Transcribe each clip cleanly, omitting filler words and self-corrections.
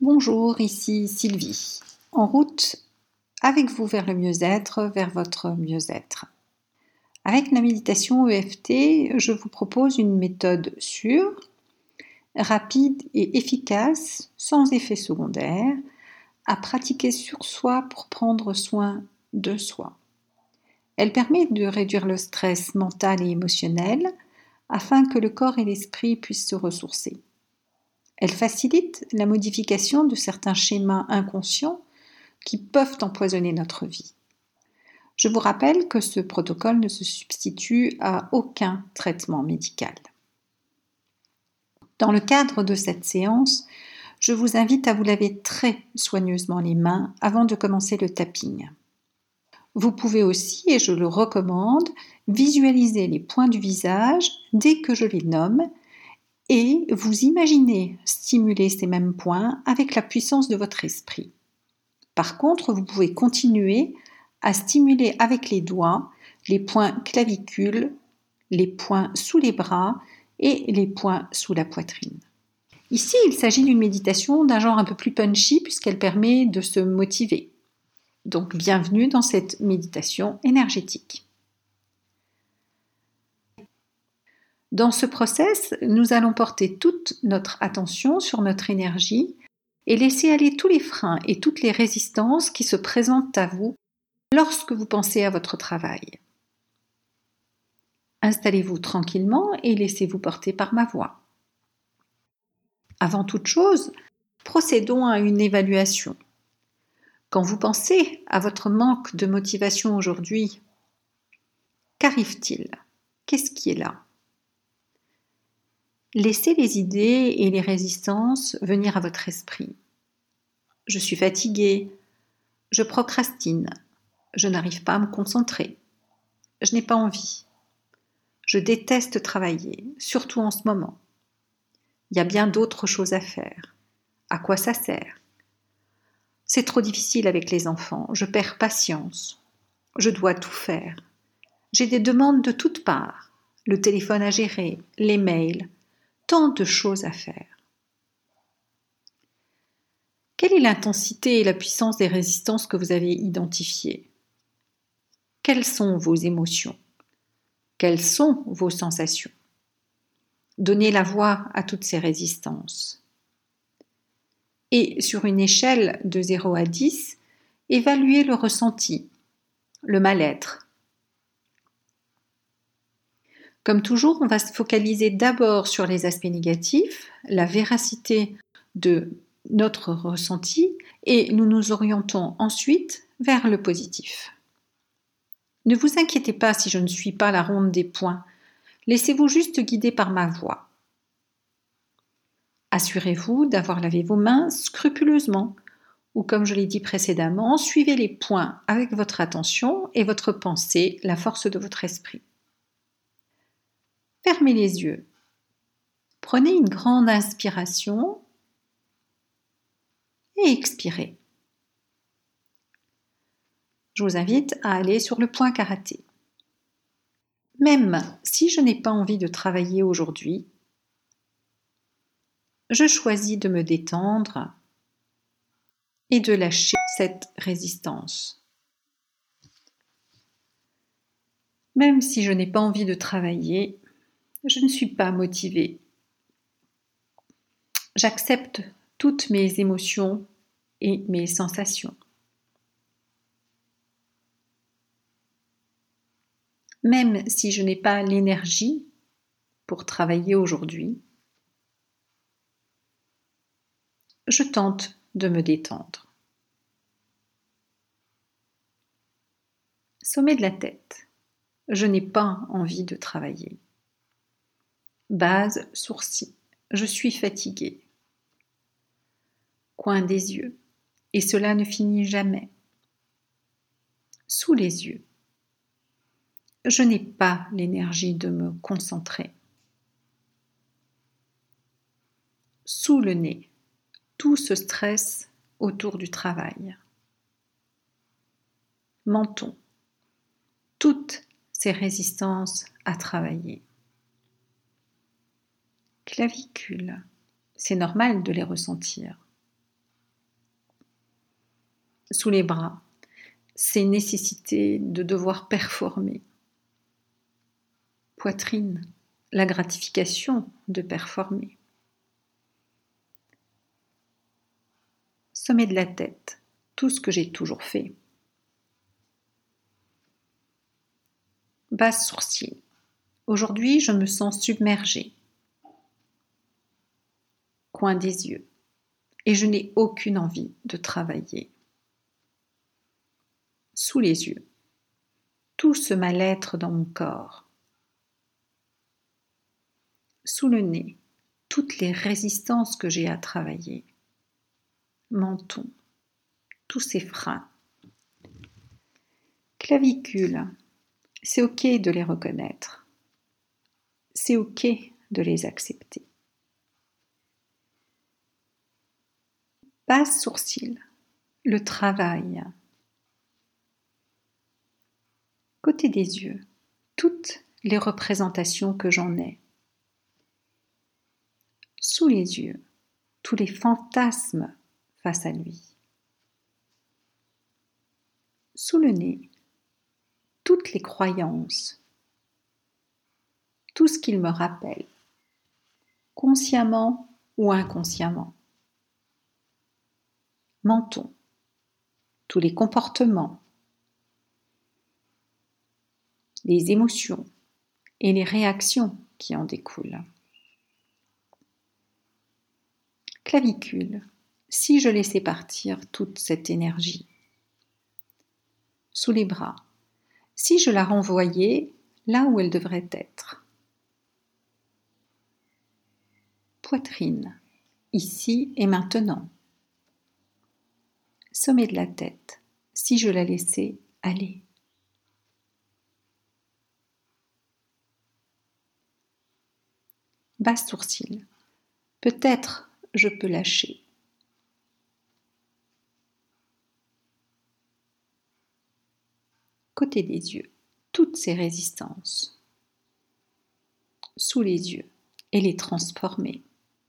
Bonjour, ici Sylvie, en route avec vous vers le mieux-être, vers votre mieux-être. Avec la méditation EFT, je vous propose une méthode sûre, rapide et efficace, sans effet secondaire, à pratiquer sur soi pour prendre soin de soi. Elle permet de réduire le stress mental et émotionnel afin que le corps et l'esprit puissent se ressourcer. Elle facilite la modification de certains schémas inconscients qui peuvent empoisonner notre vie. Je vous rappelle que ce protocole ne se substitue à aucun traitement médical. Dans le cadre de cette séance, je vous invite à vous laver très soigneusement les mains avant de commencer le tapping. Vous pouvez aussi, et je le recommande, visualiser les points du visage dès que je les nomme et vous imaginez stimuler ces mêmes points avec la puissance de votre esprit. Par contre, vous pouvez continuer à stimuler avec les doigts les points clavicules, les points sous les bras et les points sous la poitrine. Ici, il s'agit d'une méditation d'un genre un peu plus punchy puisqu'elle permet de se motiver. Donc, bienvenue dans cette méditation énergétique. Dans ce process, nous allons porter toute notre attention sur notre énergie et laisser aller tous les freins et toutes les résistances qui se présentent à vous lorsque vous pensez à votre travail. Installez-vous tranquillement et laissez-vous porter par ma voix. Avant toute chose, procédons à une évaluation. Quand vous pensez à votre manque de motivation aujourd'hui, qu'arrive-t-il ? Qu'est-ce qui est là ? Laissez les idées et les résistances venir à votre esprit. Je suis fatiguée, je procrastine, je n'arrive pas à me concentrer, je n'ai pas envie, je déteste travailler, surtout en ce moment. Il y a bien d'autres choses à faire. À quoi ça sert ? C'est trop difficile avec les enfants, je perds patience, je dois tout faire. J'ai des demandes de toutes parts, le téléphone à gérer, les mails, tant de choses à faire. Quelle est l'intensité et la puissance des résistances que vous avez identifiées ? Quelles sont vos émotions ? Quelles sont vos sensations ? Donnez la voix à toutes ces résistances. Et sur une échelle de 0 à 10, évaluez le ressenti, le mal-être. Comme toujours, on va se focaliser d'abord sur les aspects négatifs, la véracité de notre ressenti, et nous nous orientons ensuite vers le positif. Ne vous inquiétez pas si je ne suis pas la ronde des points, laissez-vous juste guider par ma voix. Assurez-vous d'avoir lavé vos mains scrupuleusement, ou comme je l'ai dit précédemment, suivez les points avec votre attention et votre pensée, la force de votre esprit. Fermez les yeux. Prenez une grande inspiration et expirez. Je vous invite à aller sur le point karaté. Même si je n'ai pas envie de travailler aujourd'hui, je choisis de me détendre et de lâcher cette résistance. Même si je n'ai pas envie de travailler, je ne suis pas motivée. J'accepte toutes mes émotions et mes sensations. Même si je n'ai pas l'énergie pour travailler aujourd'hui, je tente de me détendre. Sommet de la tête. Je n'ai pas envie de travailler. Base, sourcils. Je suis fatiguée. Coin des yeux. Et cela ne finit jamais. Sous les yeux. Je n'ai pas l'énergie de me concentrer. Sous le nez. Tout ce stress autour du travail. Menton. Toutes ces résistances à travailler. Clavicules. C'est normal de les ressentir. Sous les bras, ces nécessités de devoir performer. Poitrine, la gratification de performer. Sommet de la tête, tout ce que j'ai toujours fait. Basse sourcil, aujourd'hui je me sens submergée. Coin des yeux, et je n'ai aucune envie de travailler. Sous les yeux, tout ce mal-être dans mon corps. Sous le nez, toutes les résistances que j'ai à travailler. Menton, tous ces freins. Clavicule, c'est ok de les reconnaître. C'est ok de les accepter. Basse sourcil, le travail. Côté des yeux, toutes les représentations que j'en ai. Sous les yeux, tous les fantasmes face à lui. Sous le nez, toutes les croyances, tout ce qu'il me rappelle, consciemment ou inconsciemment. Menton, tous les comportements, les émotions et les réactions qui en découlent. Clavicule, si je laissais partir toute cette énergie. Sous les bras, si je la renvoyais là où elle devrait être. Poitrine, ici et maintenant. Sommet de la tête, si je la laissais aller. Basse sourcil, peut-être je peux lâcher. Côté des yeux, toutes ces résistances. Sous les yeux, et les transformer.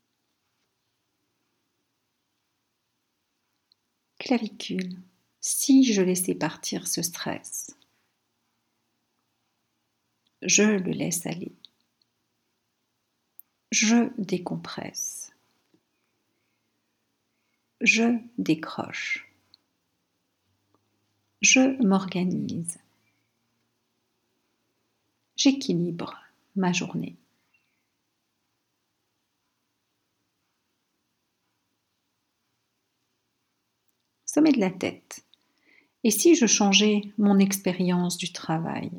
Clavicule, si je laissais partir ce stress. Je le laisse aller. Je décompresse. Je décroche. Je m'organise. J'équilibre ma journée. Sommet de la tête. Et si je changeais mon expérience du travail?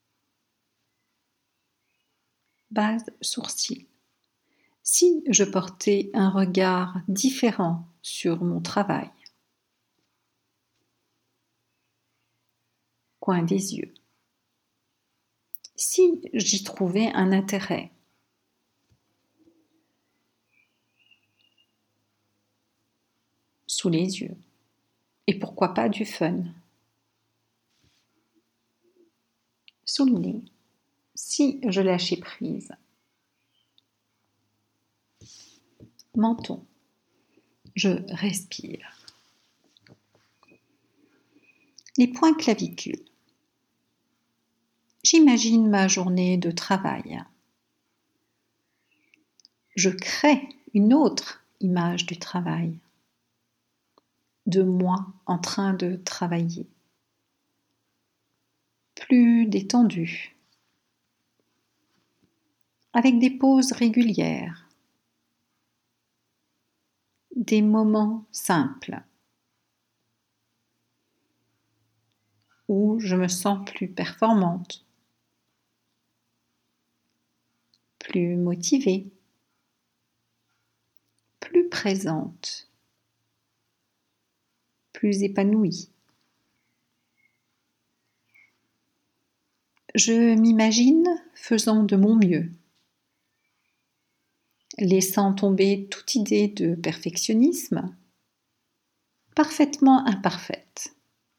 Base sourcil. Si je portais un regard différent sur mon travail? Coin des yeux. Si j'y trouvais un intérêt? Sous les yeux. Et pourquoi pas du fun? Sous le nez. Si je lâchais prise? Menton. Je respire. Les points clavicules. J'imagine ma journée de travail. Je crée une autre image du travail, de moi en train de travailler, plus détendu, avec des pauses régulières, des moments simples, où je me sens plus performante, plus motivée, plus présente, plus épanouie. Je m'imagine faisant de mon mieux, laissant tomber toute idée de perfectionnisme, parfaitement imparfaite,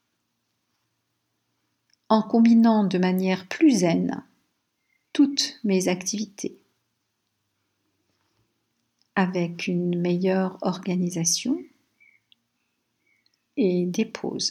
en combinant de manière plus zen toutes mes activités, avec une meilleure organisation, et dépose.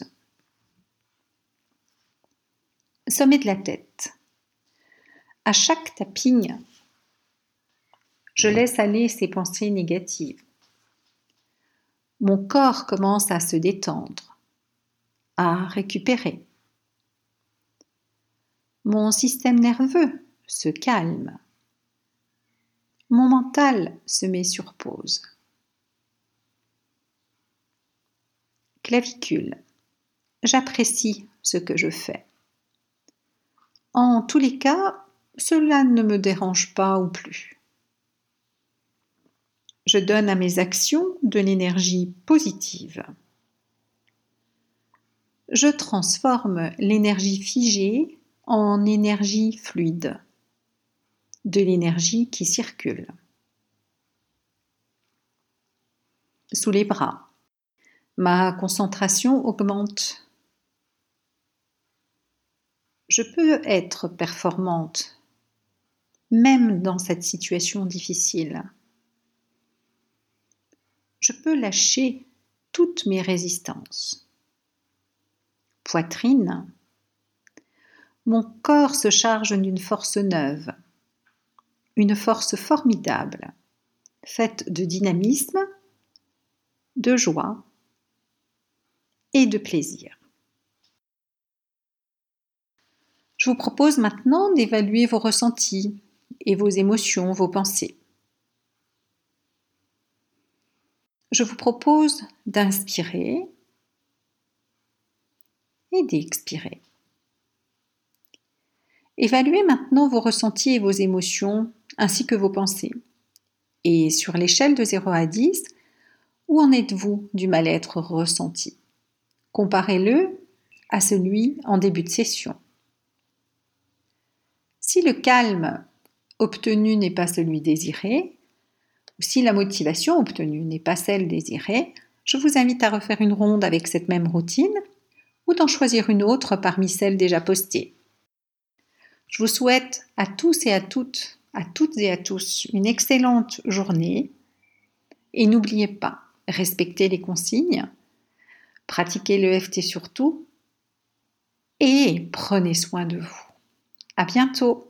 Sommet de la tête. À chaque tapping, je laisse aller ces pensées négatives. Mon corps commence à se détendre, à récupérer. Mon système nerveux se calme. Mon mental se met sur pause. Clavicule. J'apprécie ce que je fais. En tous les cas, cela ne me dérange pas ou plus. Je donne à mes actions de l'énergie positive. Je transforme l'énergie figée en énergie fluide, de l'énergie qui circule. Sous les bras, ma concentration augmente. Je peux être performante, même dans cette situation difficile. Je peux lâcher toutes mes résistances. Poitrine. Mon corps se charge d'une force neuve, une force formidable, faite de dynamisme, de joie et de plaisir. Je vous propose maintenant d'évaluer vos ressentis et vos émotions, vos pensées. Je vous propose d'inspirer et d'expirer. Évaluez maintenant vos ressentis et vos émotions, ainsi que vos pensées. Et sur l'échelle de 0 à 10, où en êtes-vous du mal-être ressenti ? Comparez-le à celui en début de session. Si le calme obtenu n'est pas celui désiré, ou si la motivation obtenue n'est pas celle désirée, je vous invite à refaire une ronde avec cette même routine ou d'en choisir une autre parmi celles déjà postées. Je vous souhaite à tous et à toutes et à tous, une excellente journée et n'oubliez pas, respectez les consignes, pratiquez l'EFT surtout et prenez soin de vous. À bientôt!